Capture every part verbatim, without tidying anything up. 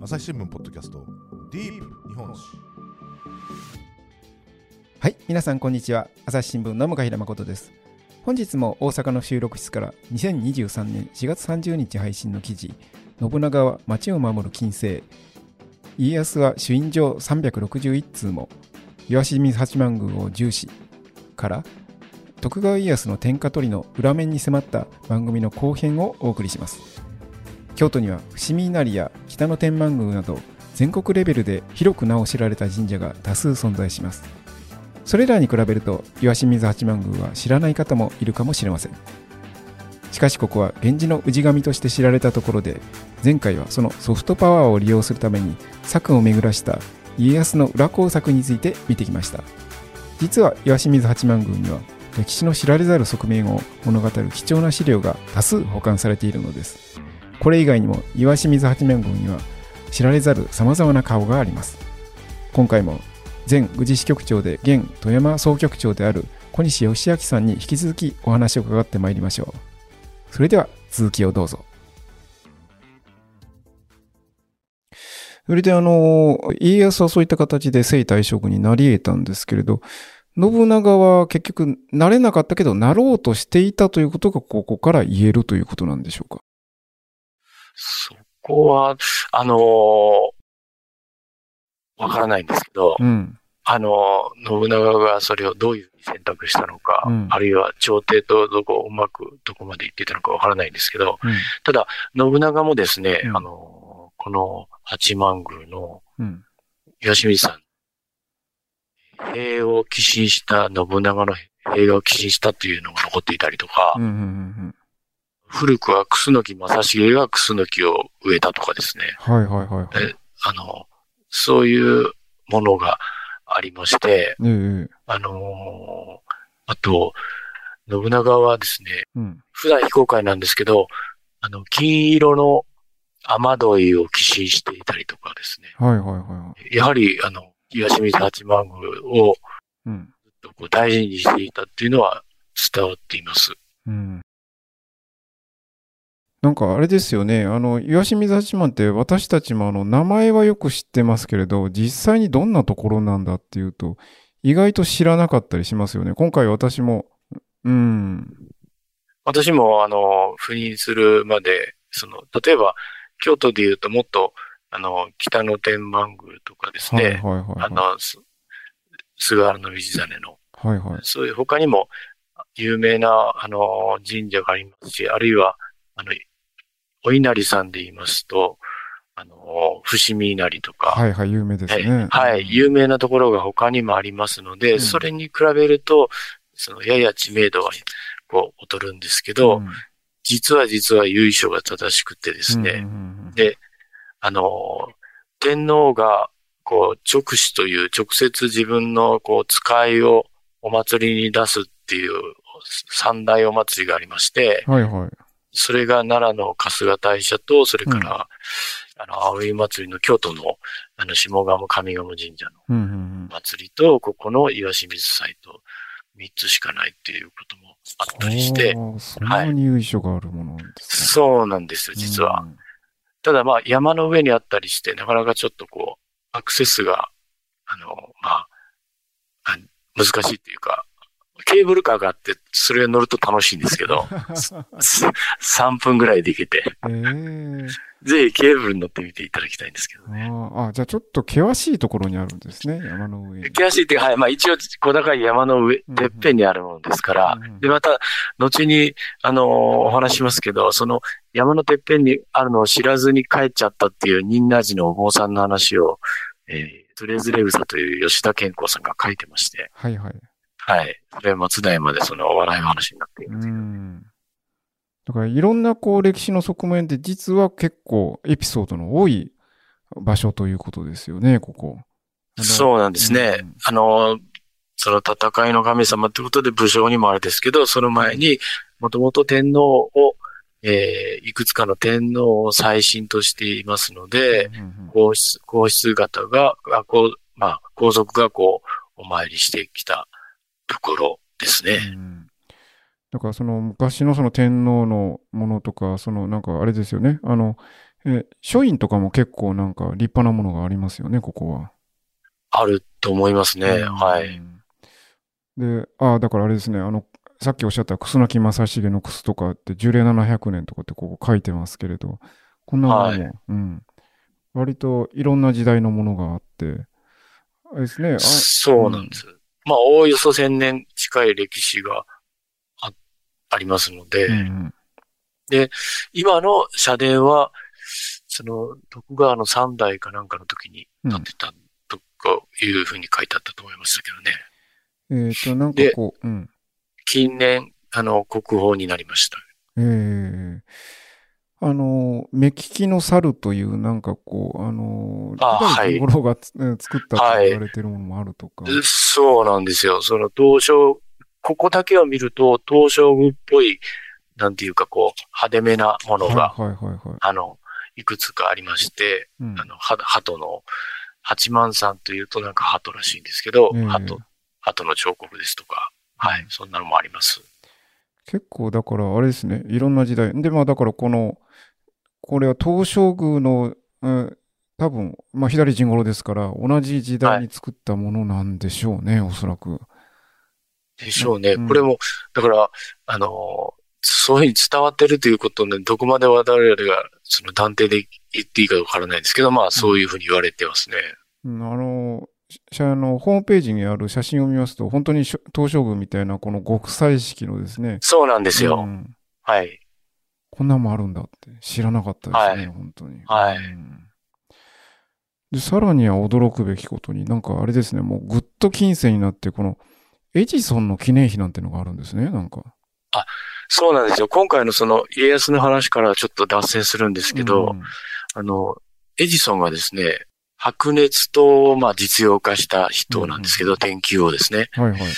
朝日新聞ポッドキャストディープ日本史。 はい、皆さんこんにちは。朝日新聞の向平誠です。本日も大阪の収録室からにせんにじゅうさんねんしがつさんじゅうにち配信の記事、信長は町を守る禁制、家康は朱印状さんびゃくろくじゅういち通も石清水八幡宮を重視から、徳川家康の天下取りの裏面に迫った番組の後編をお送りします。京都には伏見稲荷や北野天満宮など全国レベルで広く名を知られた神社が多数存在します。それらに比べると石清水八幡宮は知らない方もいるかもしれません。しかしここは源氏の氏神として知られたところで、前回はそのソフトパワーを利用するために策を巡らした家康の裏工作について見てきました。実は石清水八幡宮には歴史の知られざる側面を物語る貴重な資料が多数保管されているのです。これ以外にも石清水八幡宮には知られざる様々な顔があります。今回も前宇治支局長で現富山総局長である小西義明さんに引き続きお話を伺ってまいりましょう。それでは続きをどうぞ。それであの家康はそういった形で征夷大将軍になり得たんですけれど、信長は結局なれなかったけどなろうとしていたということがここから言えるということなんでしょうか。 そこはあのー、わからないんですけど、うん、あのー、信長がそれをどういうふうに選択したのか、うん、あるいは朝廷とどこうまくどこまで行っていたのかわからないんですけど、うん、ただ信長もですね、うん、あのー、この八幡宮の石清水さん、塀を寄進した信長の塀を寄進したというのが残っていたりとか、うんうんうん、古くは楠木正成が楠木を植えたとかですね。 はいはいはい、はい。 え、あの、そういうものがありまして、うんうん、あのー、あと、信長はですね、うん、普段非公開なんですけど、あの、金色の雨どいを寄進していたりとかですね。 はいはいはい。 やはり、あの、石清水八幡宮をずっとこう大事にしていたっていうのは伝わっています。うん、 なんかあれですよね、あの石清水八幡って私たちもあの名前はよく知ってますけれど、実際にどんなところなんだっていうと意外と知らなかったりしますよね。今回私も、うん、 私もあの赴任するまで、その例えば京都でいうともっとあの北野天満宮とかですね、はいはいはいはい、あの菅原道真の、はいはい、そういう他にも有名なあの神社がありますし、あるいはあのお稲荷さんで言いますと、あの、伏見稲荷とか。 はいはい、有名ですね。 はい、有名なところが他にもありますので、うん、それに比べると、その、やや知名度は、こう、劣るんですけど、うん、実は実は由緒が正しくてですね、うんうんうん、で、あの、天皇が、こう、勅使という直接自分の、こう、使いをお祭りに出すっていう三大お祭りがありまして、 はいはい。 それが奈良の春日大社と、それから、うん、あの、葵祭の京都の、あの、下鴨上賀茂神社の祭りと、うんうんうん、ここの石清水祭と三つしかないっていうこともあったりして。 そんなに由緒があるものなんですね。 はい、そうなんですよ、実は。うん、ただまあ、山の上にあったりして、なかなかちょっとこう、アクセスが、あの、まあ、難しいっていうか、ケーブルカーがあって、それを乗ると楽しいんですけど、さんぷんぐらいで行けて、えー、ぜひケーブルに乗ってみていただきたいんですけどね。 ああ、じゃあちょっと険しいところにあるんですね、山の上に。 険しいっていうか、はい、まあ一応小高い山の上、てっぺんにあるものですから、うんうん、で、また、後に、あのー、お話しますけど、その山のてっぺんにあるのを知らずに帰っちゃったっていう仁和寺のお坊さんの話を、えー、トレズレウサという吉田健康さんが書いてまして、 はいはい。 はい。それは松代までその笑い話になっていますけど、ね。うん。 だからいろんなこう歴史の側面で実は結構エピソードの多い場所ということですよね、ここ。 そうなんですね。うん、あの、その戦いの神様ということで武将にもあれですけど、その前にもともと天皇を、えー、いくつかの天皇を祭神としていますので、うんうんうん、皇室、皇室方が、あこうまあ、皇族がこう、お参りしてきたところですね。うん、 だからその昔のその天皇のものとか、そのなんかあれですよね、あの、 え、書院とかも結構なんか立派なものがありますよね、ここは。 あると思いますね。はい。 で、ああ、だからあれですね、あの、さっきおっしゃった楠木正成の楠とかって樹齢ななひゃくねんとかってここ書いてますけれど、こんなものも、はい、うん。割といろんな時代のものがあって、あれですね。あ、 そうなんです。うん、まあ、おおよそせんねん近い歴史が あ, ありますので、うんうん、で、今の社殿は、その、徳川の三代かなんかの時に建てたとかいうふうに書いてあったと思いましたけどね。 えっ、ー、と、なんかこう、うん、 近年、あの、国宝になりました。 ええー、あの、目利きの猿という、なんかこう、あの、 あ、はい。 五郎が作ったと言われてるものもあるとか、 はい。そうなんですよ。その東照、ここだけを見ると、東照宮っぽい、なんていうかこう、派手めなものが、はいはいはいはい、あの、いくつかありまして、うん、あの、鳩の、八幡さんというとなんか鳩らしいんですけど、えー、鳩、鳩の彫刻ですとか、はい、そんなのもあります。 結構だからあれですね、いろんな時代。で、まあだからこの、これは東照宮の、うん、多分、まあ左陣五郎ですから、同じ時代に作ったものなんでしょうね、はい、おそらく。 でしょうね。うん、これも、だから、あの、そういうふうに伝わってるということで、どこまで我々がその断定で言っていいかわからないんですけど、まあそういうふうに言われてますね。 うん、あの、あのホームページにある写真を見ますと、本当に東照宮みたいなこの極彩色のですね。 そうなんですよ。うん、はい。 こんなんもあるんだって知らなかったですね、はい、本当に。 はい、 うん。で、さらには驚くべきことに、なんかあれですね、もうぐっと近世になって、このエジソンの記念碑なんてのがあるんですね、なんか。 あ、そうなんですよ。今回のその家康の話からちょっと脱線するんですけど、うん、あの、エジソンがですね、白熱灯をまあ実用化した人なんですけど、うんうん、電球をですね。はいはい。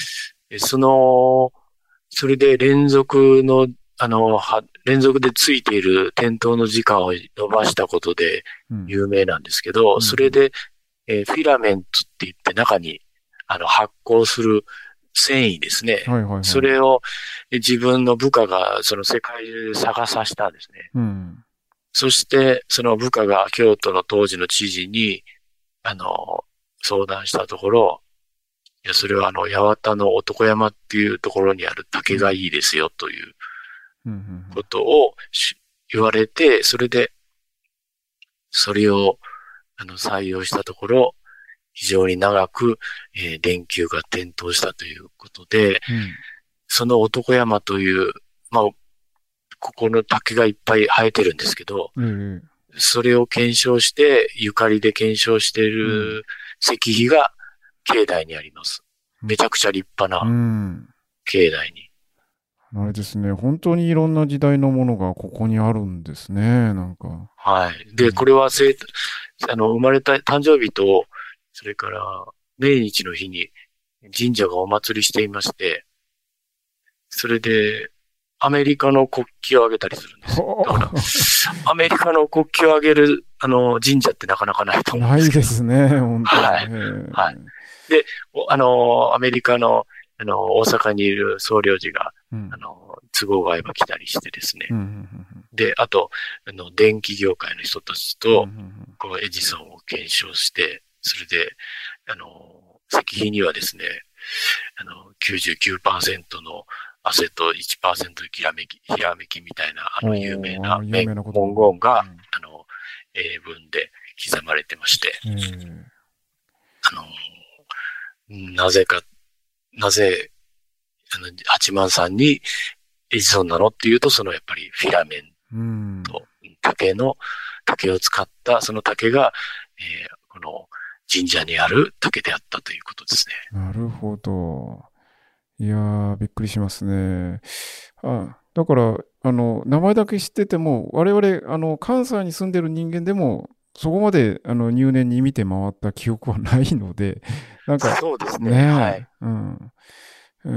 その、それで連続の、あの、連続でついている点灯の時間を伸ばしたことで有名なんですけど、うん、それで、えー、フィラメントって言って中に、あの、発光する繊維ですね。はいはいはい、それを自分の部下がその世界中で探させたんですね。うん、そして、その部下が京都の当時の知事に、あの、相談したところ、いや、それはあの、八幡の男山っていうところにある竹がいいですよということを言われて、それで、それをあの採用したところ、非常に長く、えー、電球が点灯したということで、うん、その男山という、まあ、ここの竹がいっぱい生えてるんですけど、うん、それを検証して、ゆかりで検証している石碑が境内にあります。めちゃくちゃ立派な境内に。 うん、あれですね、本当にいろんな時代のものがここにあるんですね、なんか。 はい。で、これは生、あの、生まれた誕生日と、それから、命日の日に神社がお祭りしていまして、それで、アメリカの国旗をあげたりするんですよ。だから、アメリカの国旗をあげる、あの、神社ってなかなかないと思うんですけど。 ないですね、本当に。 はい。はい。で、あの、アメリカの、あの、大阪にいる総領事が、うん、あの、都合が合えば来たりしてですね。うんうんうん、で、あと、あの、電気業界の人たちと、うんうんうん、こう、エジソンを検証して、それで、あの、石碑にはですね、あの、きゅうじゅうきゅうパーセント の汗と いちパーセント ひらめき、ひらめきみたいな、あの、有名な文言が、うん、あの、英文で刻まれてまして、うん、あの、なぜか、なぜ、あの、八幡さんにエジソンなのっていうと、そのやっぱりフィラメント、うん、竹の、竹を使った、その竹が、えー、この神社にある竹であったということですね。 なるほど。いやー、びっくりしますね。あ、だから、あの、名前だけ知ってても、我々、あの、関西に住んでる人間でも、そこまで、あの、入念に見て回った記憶はないので、なんか、 そうですね。ね、はい。 うん。うん、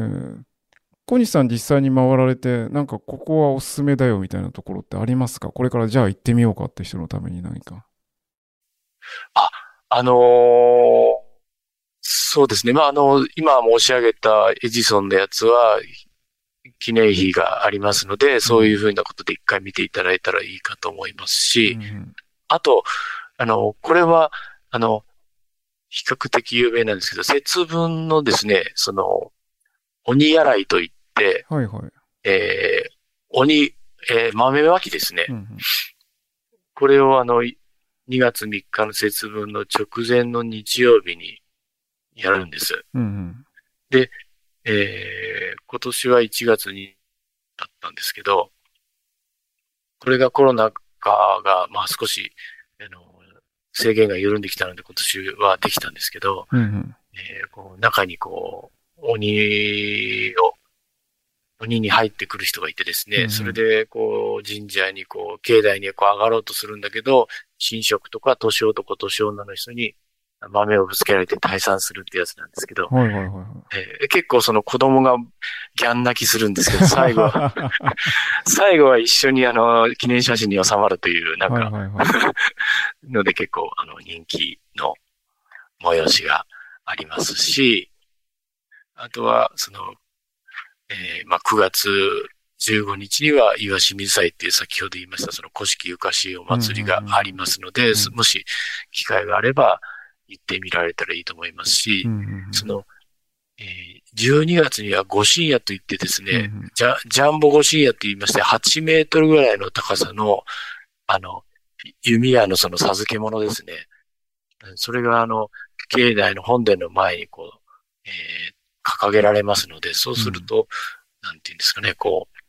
小西さん実際に回られて、なんかここはおすすめだよみたいなところってありますか？これからじゃあ行ってみようかって人のために何か。 あ、あのー、そうですね。まあ、あの、今申し上げたエジソンのやつは、 記念碑がありますので、そういうふうなことで一回見ていただいたらいいかと思いますし、うん、あと、あの、これは、あの、比較的有名なんですけど、節分のですね、その、鬼洗いといって、 はいはい。 えー、鬼、えー、豆まきですね。 うんうん、 これをあの、にがつみっかの節分の直前の日曜日にやるんです。 うんうん、 で、えー、今年はいちがつにだったんですけど、これがコロナ禍が、まあ少し、あの、制限が緩んできたので今年はできたんですけど、 うんうんえー、こう中にこう、鬼を、鬼に入ってくる人がいてですね、うんうん、それでこう神社にこう、境内にこう上がろうとするんだけど、神職とか年男年女の人に豆をぶつけられて退散するってやつなんですけど、 はいはいはいはいえー、結構その子供がギャン泣きするんですけど、最後は、最後は一緒にあの、記念写真に収まるという、なんか、はいはいはい、ので結構あの、人気の催しがありますし、あとは、その、えー、まあ、くがつじゅうごにちには岩清水祭っていう先ほど言いましたその古式ゆかしお祭りがありますので、うんうんうん、もし機会があれば行ってみられたらいいと思いますし、うんうんうん、その、えー、じゅうにがつには御神夜といってですね、うんうん、ジャ、ジャンボ御神夜と言いましてはちメートルぐらいの高さの、あの、弓矢のその授け物ですね。それがあの、境内の本殿の前にこう、えー掲げられますので、そうすると、うん、なんていうんですかね、こう、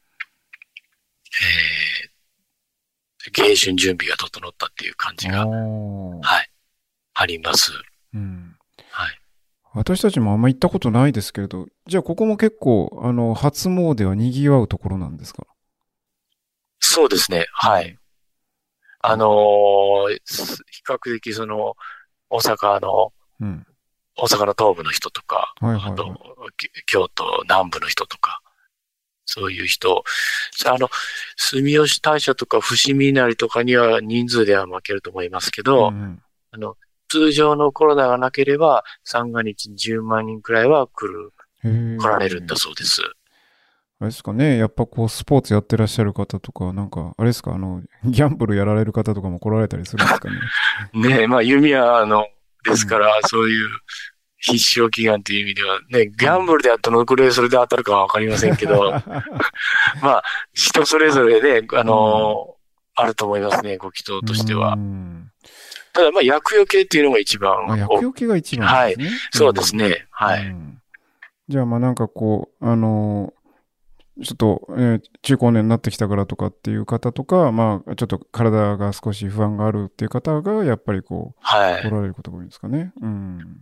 えー、迎春準備が整ったっていう感じが、はい、あります。 うん。 はい。 私たちもあんま行ったことないですけれど、じゃあここも結構、あの、初詣は賑わうところなんですか？ そうですね、はい。あのー、比較的その、大阪の、うん、大阪の東部の人とか、はいはいはい、あと、京都南部の人とか、そういう人、あの、住吉大社とか伏見稲荷とかには人数では負けると思いますけど、うんうん、あの、通常のコロナがなければ、三が日にじゅうまんにんくらいは来る、来られるんだそうです。 あれですかね、やっぱこう、スポーツやってらっしゃる方とか、なんか、あれですか、あの、ギャンブルやられる方とかも来られたりするんですかね。 ねえ、まあ、弓は、あの、ですから、うん、そういう、必勝祈願という意味では、ね、ギャンブルではどのくらいそれで当たるかはわかりませんけど、まあ、人それぞれね、あのーうん、あると思いますね、ご祈祷としては。ただ、まあ、厄除けっていうのが一番。 あ、厄除けが一番ですね。 はい。そうですね。うん、はい、うん。 じゃあ、まあなんかこう、あのー、ちょっと、えー、中高年になってきたからとかっていう方とか、まあ、ちょっと体が少し不安があるっていう方が、やっぱりこう、はい、来られることが多いんですかね。うん。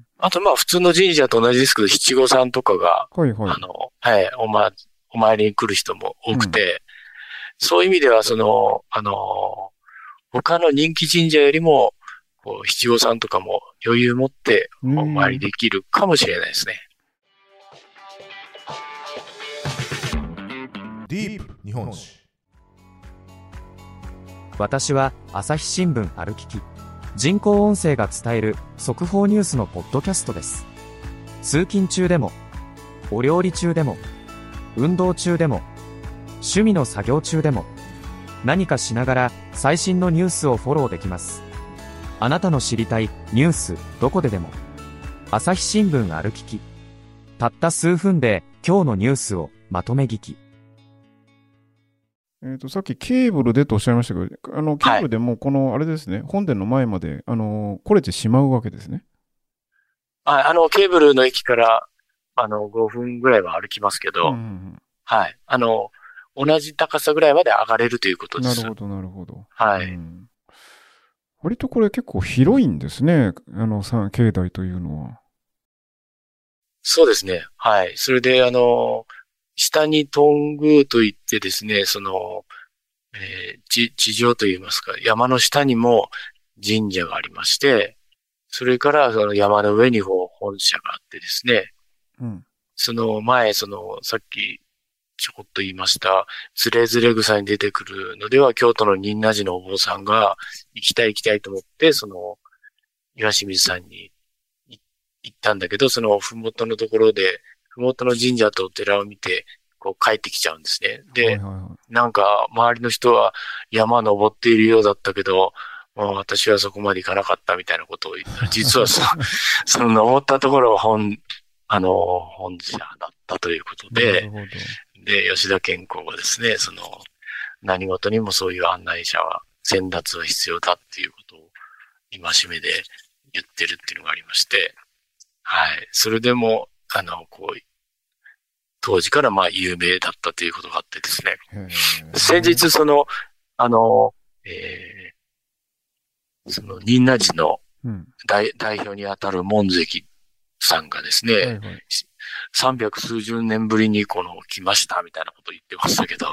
あと、まあ、普通の神社と同じですけど、七五三とかが、はいはい。あの、はい、おま、お参りに来る人も多くて、うん、そういう意味では、その、あの、他の人気神社よりも、こう、七五三とかも余裕持ってお参りできるかもしれないですね。 ディープ日本史。 私は朝日新聞ある聞き。人工音声が伝える速報ニュースのポッドキャストです。通勤中でも、お料理中でも、運動中でも、趣味の作業中でも、何かしながら最新のニュースをフォローできます。あなたの知りたいニュースどこででも。朝日新聞ある聞き。たった数分で今日のニュースをまとめ聞き。 えっと、さっきケーブルでとおっしゃいましたけど、あの、ケーブルでもこの、あれですね、はい、本殿の前まで、あの、来れてしまうわけですね。 あ、あの、ケーブルの駅から、あの、ごふんぐらいは歩きますけど、うんうんうん、はい。あの、同じ高さぐらいまで上がれるということです。 なるほど、なるほど。 はい。 うん、割とこれ結構広いんですね、あの、境内というのは。 そうですね。はい。それで、あの、下にトングといってですね、その、えー、地、地上といいますか、山の下にも神社がありまして、それからその山の上に本社があってですね、うん、その前、その、さっきちょこっと言いました、つれづれ草に出てくるのでは、京都の仁和寺のお坊さんが行きたい行きたいと思って、その、岩清水さんに行ったんだけど、そのふもとのところで、ふもとの神社とお寺を見て、 こう帰ってきちゃうんですね。で、 はいはいはい、 なんか周りの人は山登っているようだったけど、もう私はそこまで行かなかったみたいなことを言ったら、実はそその登ったところは本、あの、本社だったということで、で、吉田健康がですね、その、何事にもそういう案内者は、先達は必要だっていうことを、戒めで言ってるっていうのがありまして、はい。それでも、あの、こう、当時からまあ有名だったということがあってですね。先日その、あの、えー、その、仁和寺の代、うん、代表にあたる門跡さんがですね、はいはい、三百数十年ぶりにこの来ましたみたいなことを言ってましたけど。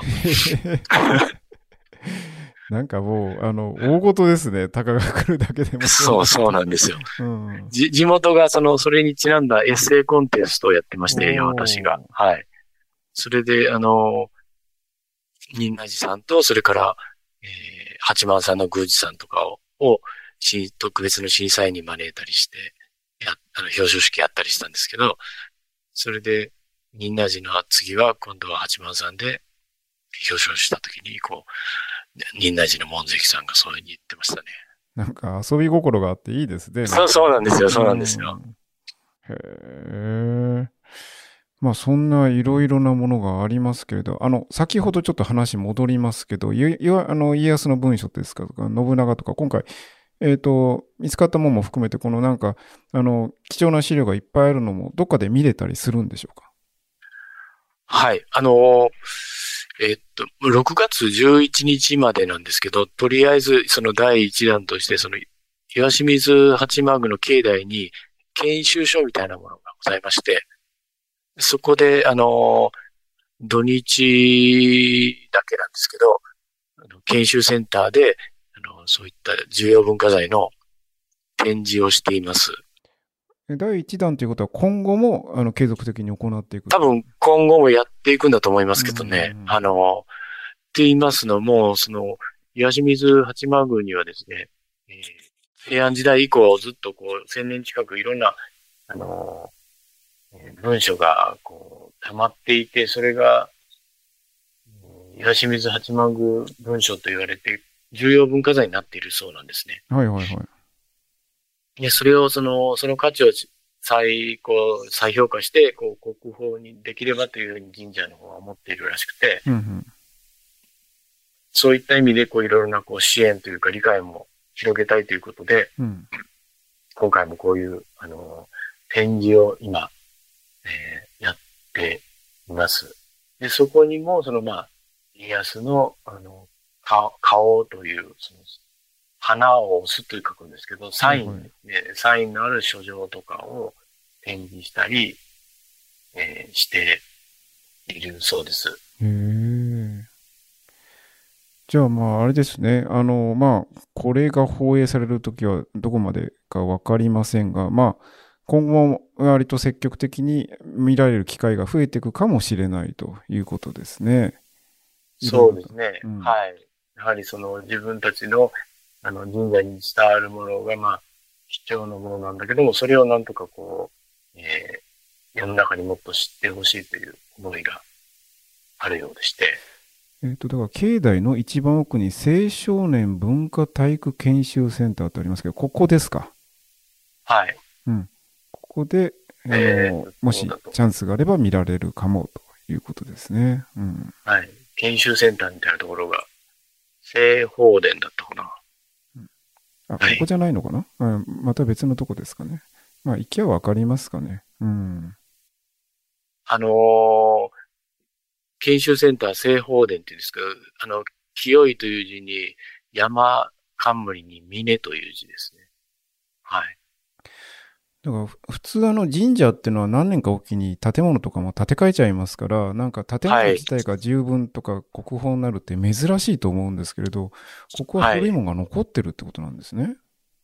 なんかもう、あの、大事ですね。鷹が来るだけでも。 そう、そうなんですよ。うん、じ地元がその、それにちなんだエッセイコンテストをやってまして、私が。はい。それで、あの、仁和寺さんと、それから、えー、八幡さんの宮司さんとかを、を特別の審査員に招いたりして、や、あの、表彰式やったりしたんですけど、それで、仁和寺の次は、今度は八幡さんで、表彰したときに、こう、仁和寺の門跡さんがそういうふうに言ってましたね。 なんか遊び心があっていいですね。 そう、そうなんですよ、そうなんですよ。 へえ。まあそんないろいろなものがありますけれど、あの、先ほどちょっと話戻りますけど、いわあの家康の文書ですかとか、信長とか、今回、えっと、見つかったものも含めて、このなんか、あの、貴重な資料がいっぱいあるのも、どっかで見れたりするんでしょうか？ はい。あのー、えっと、ろくがつじゅういちにちまでなんですけど、とりあえずそのだいいちだんとして、その、岩清水八幡宮の境内に研修所みたいなものがございまして、そこで、あの、土日だけなんですけど、研修センターで、あの、そういった重要文化財の展示をしています。 だいいちだんということは今後もあの継続的に行っていく？ 多分今後もやっていくんだと思いますけどね。うんうん、あの、って言いますのも、その、岩清水八幡宮にはですね、えー、平安時代以降ずっとこう、千年近くいろんな、あの、文書がこう、溜まっていて、それが、岩清水八幡宮文書と言われて、重要文化財になっているそうなんですね。 はいはいはい。 で、それをその、その価値を再、こう、再評価して、こう、国宝にできればというふうに神社の方は思っているらしくて、うんうん、そういった意味で、こう、いろいろな、こう、支援というか理解も広げたいということで、うん、今回もこういう、あの、展示を今、えー、やっています。で、そこにも、その、まあ、家康の、あの、顔、顔という、その、花を押すという書くんですけど、サインですね、はい、サインのある書状とかを展示したり、えー、しているそうです。 へー。じゃあまああれですね、あのまあこれが放映されるときはどこまでかわかりませんが、まあ今後も割と積極的に見られる機会が増えていくかもしれないということですね。 そうですね。うん、はい。やはりその自分たちのあの、神社に伝わるものが、まあ、貴重なものなんだけども、それをなんとかこう、えー、世の中にもっと知ってほしいという思いがあるようでして。 えっと、だから、境内の一番奥に青少年文化体育研修センターとありますけど、ここですか？ はい。 うん。ここで、あの、えー、もしチャンスがあれば見られるかもということですね。うん。 はい。研修センターみたいなところが、西宝殿だったかな。 あ、ここじゃないのかな、はい、また別のとこですかね。まあ、行きゃわかりますかね。うん。 あのー、研修センター西宝殿って言うんですけど、あの、清いという字に、山冠に峰という字ですね。はい。 だから普通あの神社っていうのは何年かおきに建物とかも建て替えちゃいますから、なんか建物自体が十分とか国宝になるって珍しいと思うんですけれど、ここは古いものが残ってるってことなんですね。はい、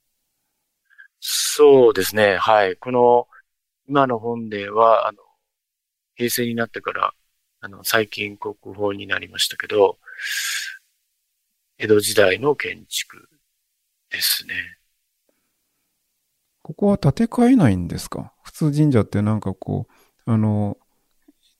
そうですね。はい。この今の本殿は、あの、平成になってから、あの、最近国宝になりましたけど、江戸時代の建築ですね。 ここは建て替えないんですか？普通神社ってなんかこう、あの、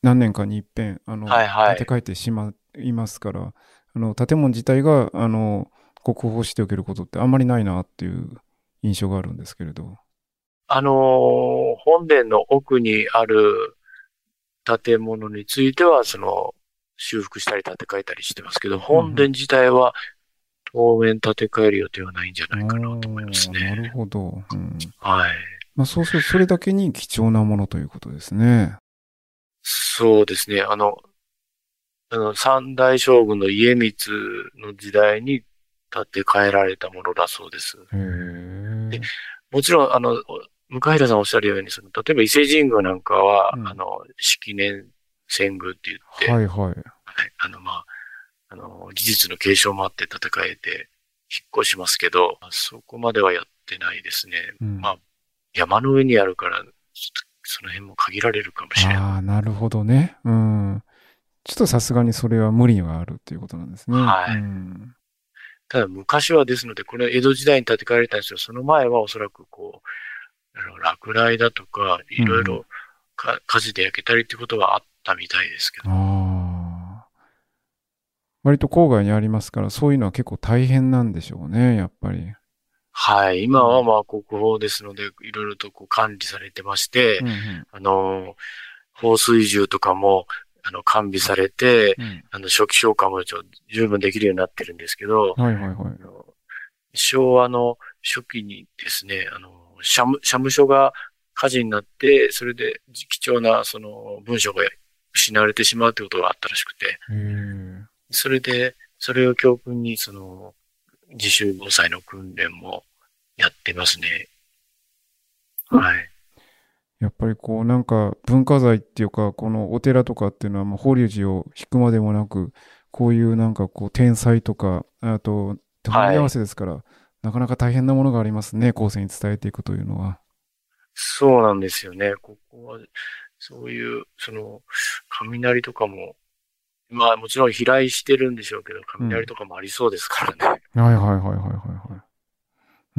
何年かに一遍あの、はいはい、建て替えてしまいますから、あの建物自体があの国宝しておけることってあんまりないなっていう印象があるんですけれど。 あのー、本殿の奥にある建物については、その、修復したり建て替えたりしてますけど、本殿自体は当面建て替える予定はないんじゃないかなと思いますね。 なるほど。うん、 はい。 まあそうするとそれだけに貴重なものということですね。 そうですね。あの、あの、三代将軍の家光の時代に建て替えられたものだそうです。 へー。 でもちろん、あの、向平さんおっしゃるように、その、例えば伊勢神宮なんかは、うん、あの、式年遷宮って言って、 はいはい。はい、 あの、まあ、あの、技術の継承もあって建て替えて引っ越しますけど、そこまではやってないですね。うん、まあ、山の上にあるから、ちょっとその辺も限られるかもしれない。 ああ、なるほどね。うん。ちょっとさすがにそれは無理があるっていうことなんですね。 はい。うん、ただ昔はですので、これ江戸時代に建て替えられたんですよ。その前はおそらくこう、あの落雷だとか、いろいろ火事で焼けたりってことがあったみたいですけど。 ああ。割と郊外にありますから、そういうのは結構大変なんでしょうね、やっぱり。 はい。今はまあ国宝ですので、いろいろとこう管理されてまして、うんうん、あの、放水銃とかも、あの、完備されて、うん、あの、初期消火も十分できるようになってるんですけど、 はいはいはい。 昭和の初期にですね、あの、社務、社務所が火事になって、それで貴重なその文書が失われてしまうということがあったらしくて、それで、それを教訓にその自主防災の訓練もやってますね。はい。 やっぱりこうなんか文化財っていうか、このお寺とかっていうのはもう法隆寺を引くまでもなく、こういうなんかこう天災とか、あと隣り合わせですから、はい、なかなか大変なものがありますね、後世に伝えていくというのは。 そうなんですよね。ここは、そういう、その、雷とかも、まあもちろん飛来してるんでしょうけど、雷とかもありそうですからね。 うん、はいはいはいはいはいはい。うん。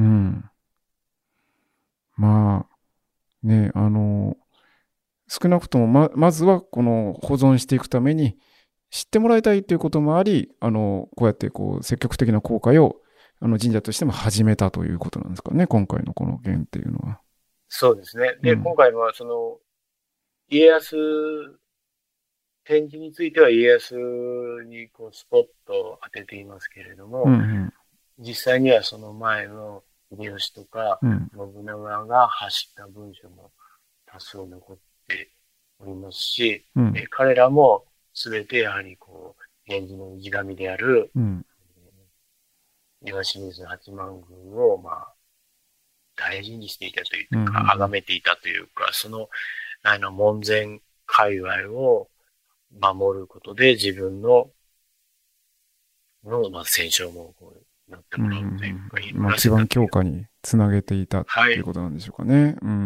まあ、ね、あの、少なくともま、まずはこの保存していくために知ってもらいたいということもあり、あの、こうやってこう積極的な公開をあの神社としても始めたということなんですかね、今回のこの件っていうのは。 そうですね。で、うん、今回はその、家康、展示については家康にこうスポットを当てていますけれども、うんうん、実際にはその前の秀吉とか、うん、信長が発した文書も多数残っておりますし、うん、え彼らも全てやはりこう、源氏の氏神である、うん岩清水八幡宮を、まあ、大事にしていたというか、崇、うん、めていたというか、その、あの、門前界隈を守ることで自分の、の、まあ、戦勝もこうなってもらうというか、 うん、まあ、一番強化につなげていたということなんでしょうかね。はい、うん。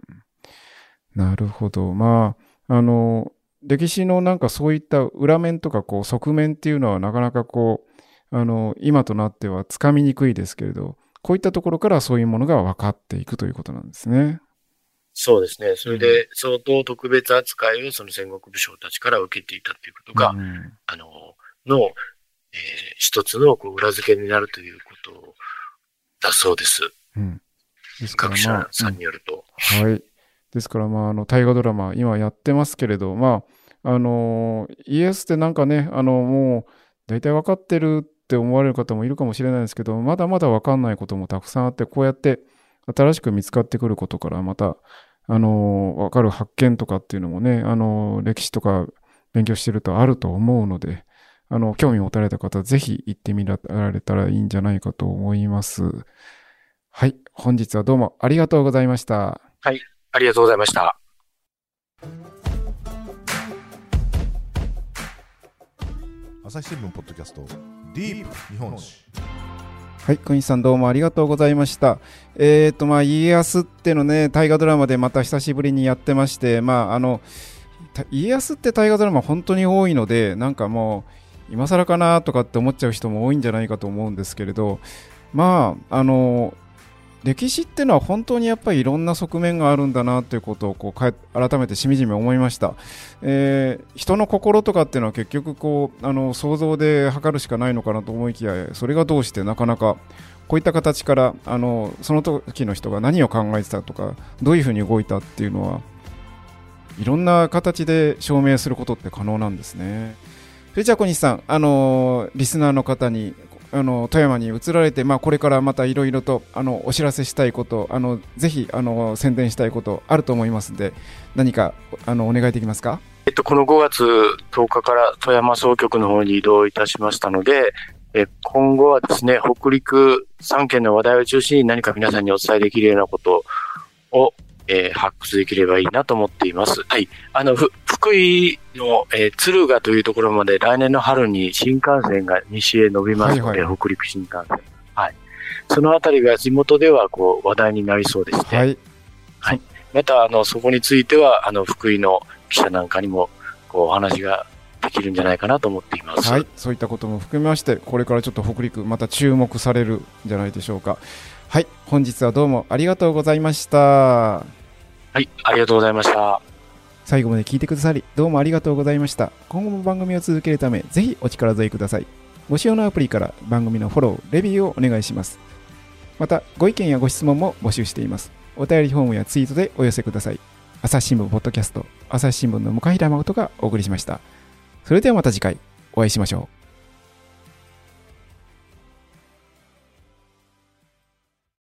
なるほど。まあ、あの、歴史のなんかそういった裏面とか、こう、側面っていうのはなかなかこう、あの今となってはつかみにくいですけれど、こういったところからそういうものが分かっていくということなんですね。 そうですね。それで相当特別扱いをその戦国武将たちから受けていたということが、うん、あの、の、えー、一つのこう裏付けになるということだそうです。うん、ですから、まあ、学者さんによると。 うん、はい。ですから、まあ、あの大河ドラマ今やってますけれど、まあ、あの家康ってなんかね、あのもう大体分かってるって思われる方もいるかもしれないですけど、まだまだ分かんないこともたくさんあって、こうやって新しく見つかってくることからまた、あのー、分かる発見とかっていうのもね、あのー、歴史とか勉強してるとあると思うので、あの興味を持たれた方、ぜひ行ってみられたらいいんじゃないかと思います。はい、本日はどうもありがとうございました。 はい、ありがとうございました。 朝日新聞ポッドキャストディープ日本史。 はい、小西さんどうもありがとうございました。えーとまあ家康ってのね、大河ドラマでまた久しぶりにやってまして、まああの家康って大河ドラマ本当に多いので、なんかもう今更かなとかって思っちゃう人も多いんじゃないかと思うんですけれど、まああの歴史っていうのは本当にやっぱりいろんな側面があるんだなということをこうか改めてしみじみ思いました、えー、人の心とかっていうのは結局こうあの想像で測るしかないのかなと思いきや、それがどうしてなかなかこういった形からあのその時の人が何を考えてたとかどういうふうに動いたっていうのはいろんな形で証明することって可能なんですね。それじゃあ小西さん、あのリスナーの方にあの富山に移られて、まあ、これからまたいろいろとあのお知らせしたいこと、あのぜひあの宣伝したいことあると思いますので、何かあのお願いできますか？ えっと、このごがつとおかから富山総局の方に移動いたしましたので、え今後はですね、北陸さんけんの話題を中心に何か皆さんにお伝えできるようなことを、えー、発掘できればいいなと思っています。はい。あの、ふ福井の、えー、敦賀というところまで来年の春に新幹線が西へ伸びますので、はいはい、北陸新幹線。はい。そのあたりが地元ではこう話題になりそうですね。はい。はい。また、あの、そこについては、あの、福井の記者なんかにも、こう、お話ができるんじゃないかなと思っています。 はい。そういったことも含めまして、これからちょっと北陸、また注目されるんじゃないでしょうか。はい。本日はどうもありがとうございました。 はい、ありがとうございました。 最後まで聞いてくださりどうもありがとうございました。今後も番組を続けるためぜひお力添えください。ご使用のアプリから番組のフォロー、レビューをお願いします。またご意見やご質問も募集しています。お便りフォームやツイートでお寄せください。朝日新聞ポッドキャスト、朝日新聞の向平誠がお送りしました。それではまた次回お会いしましょう。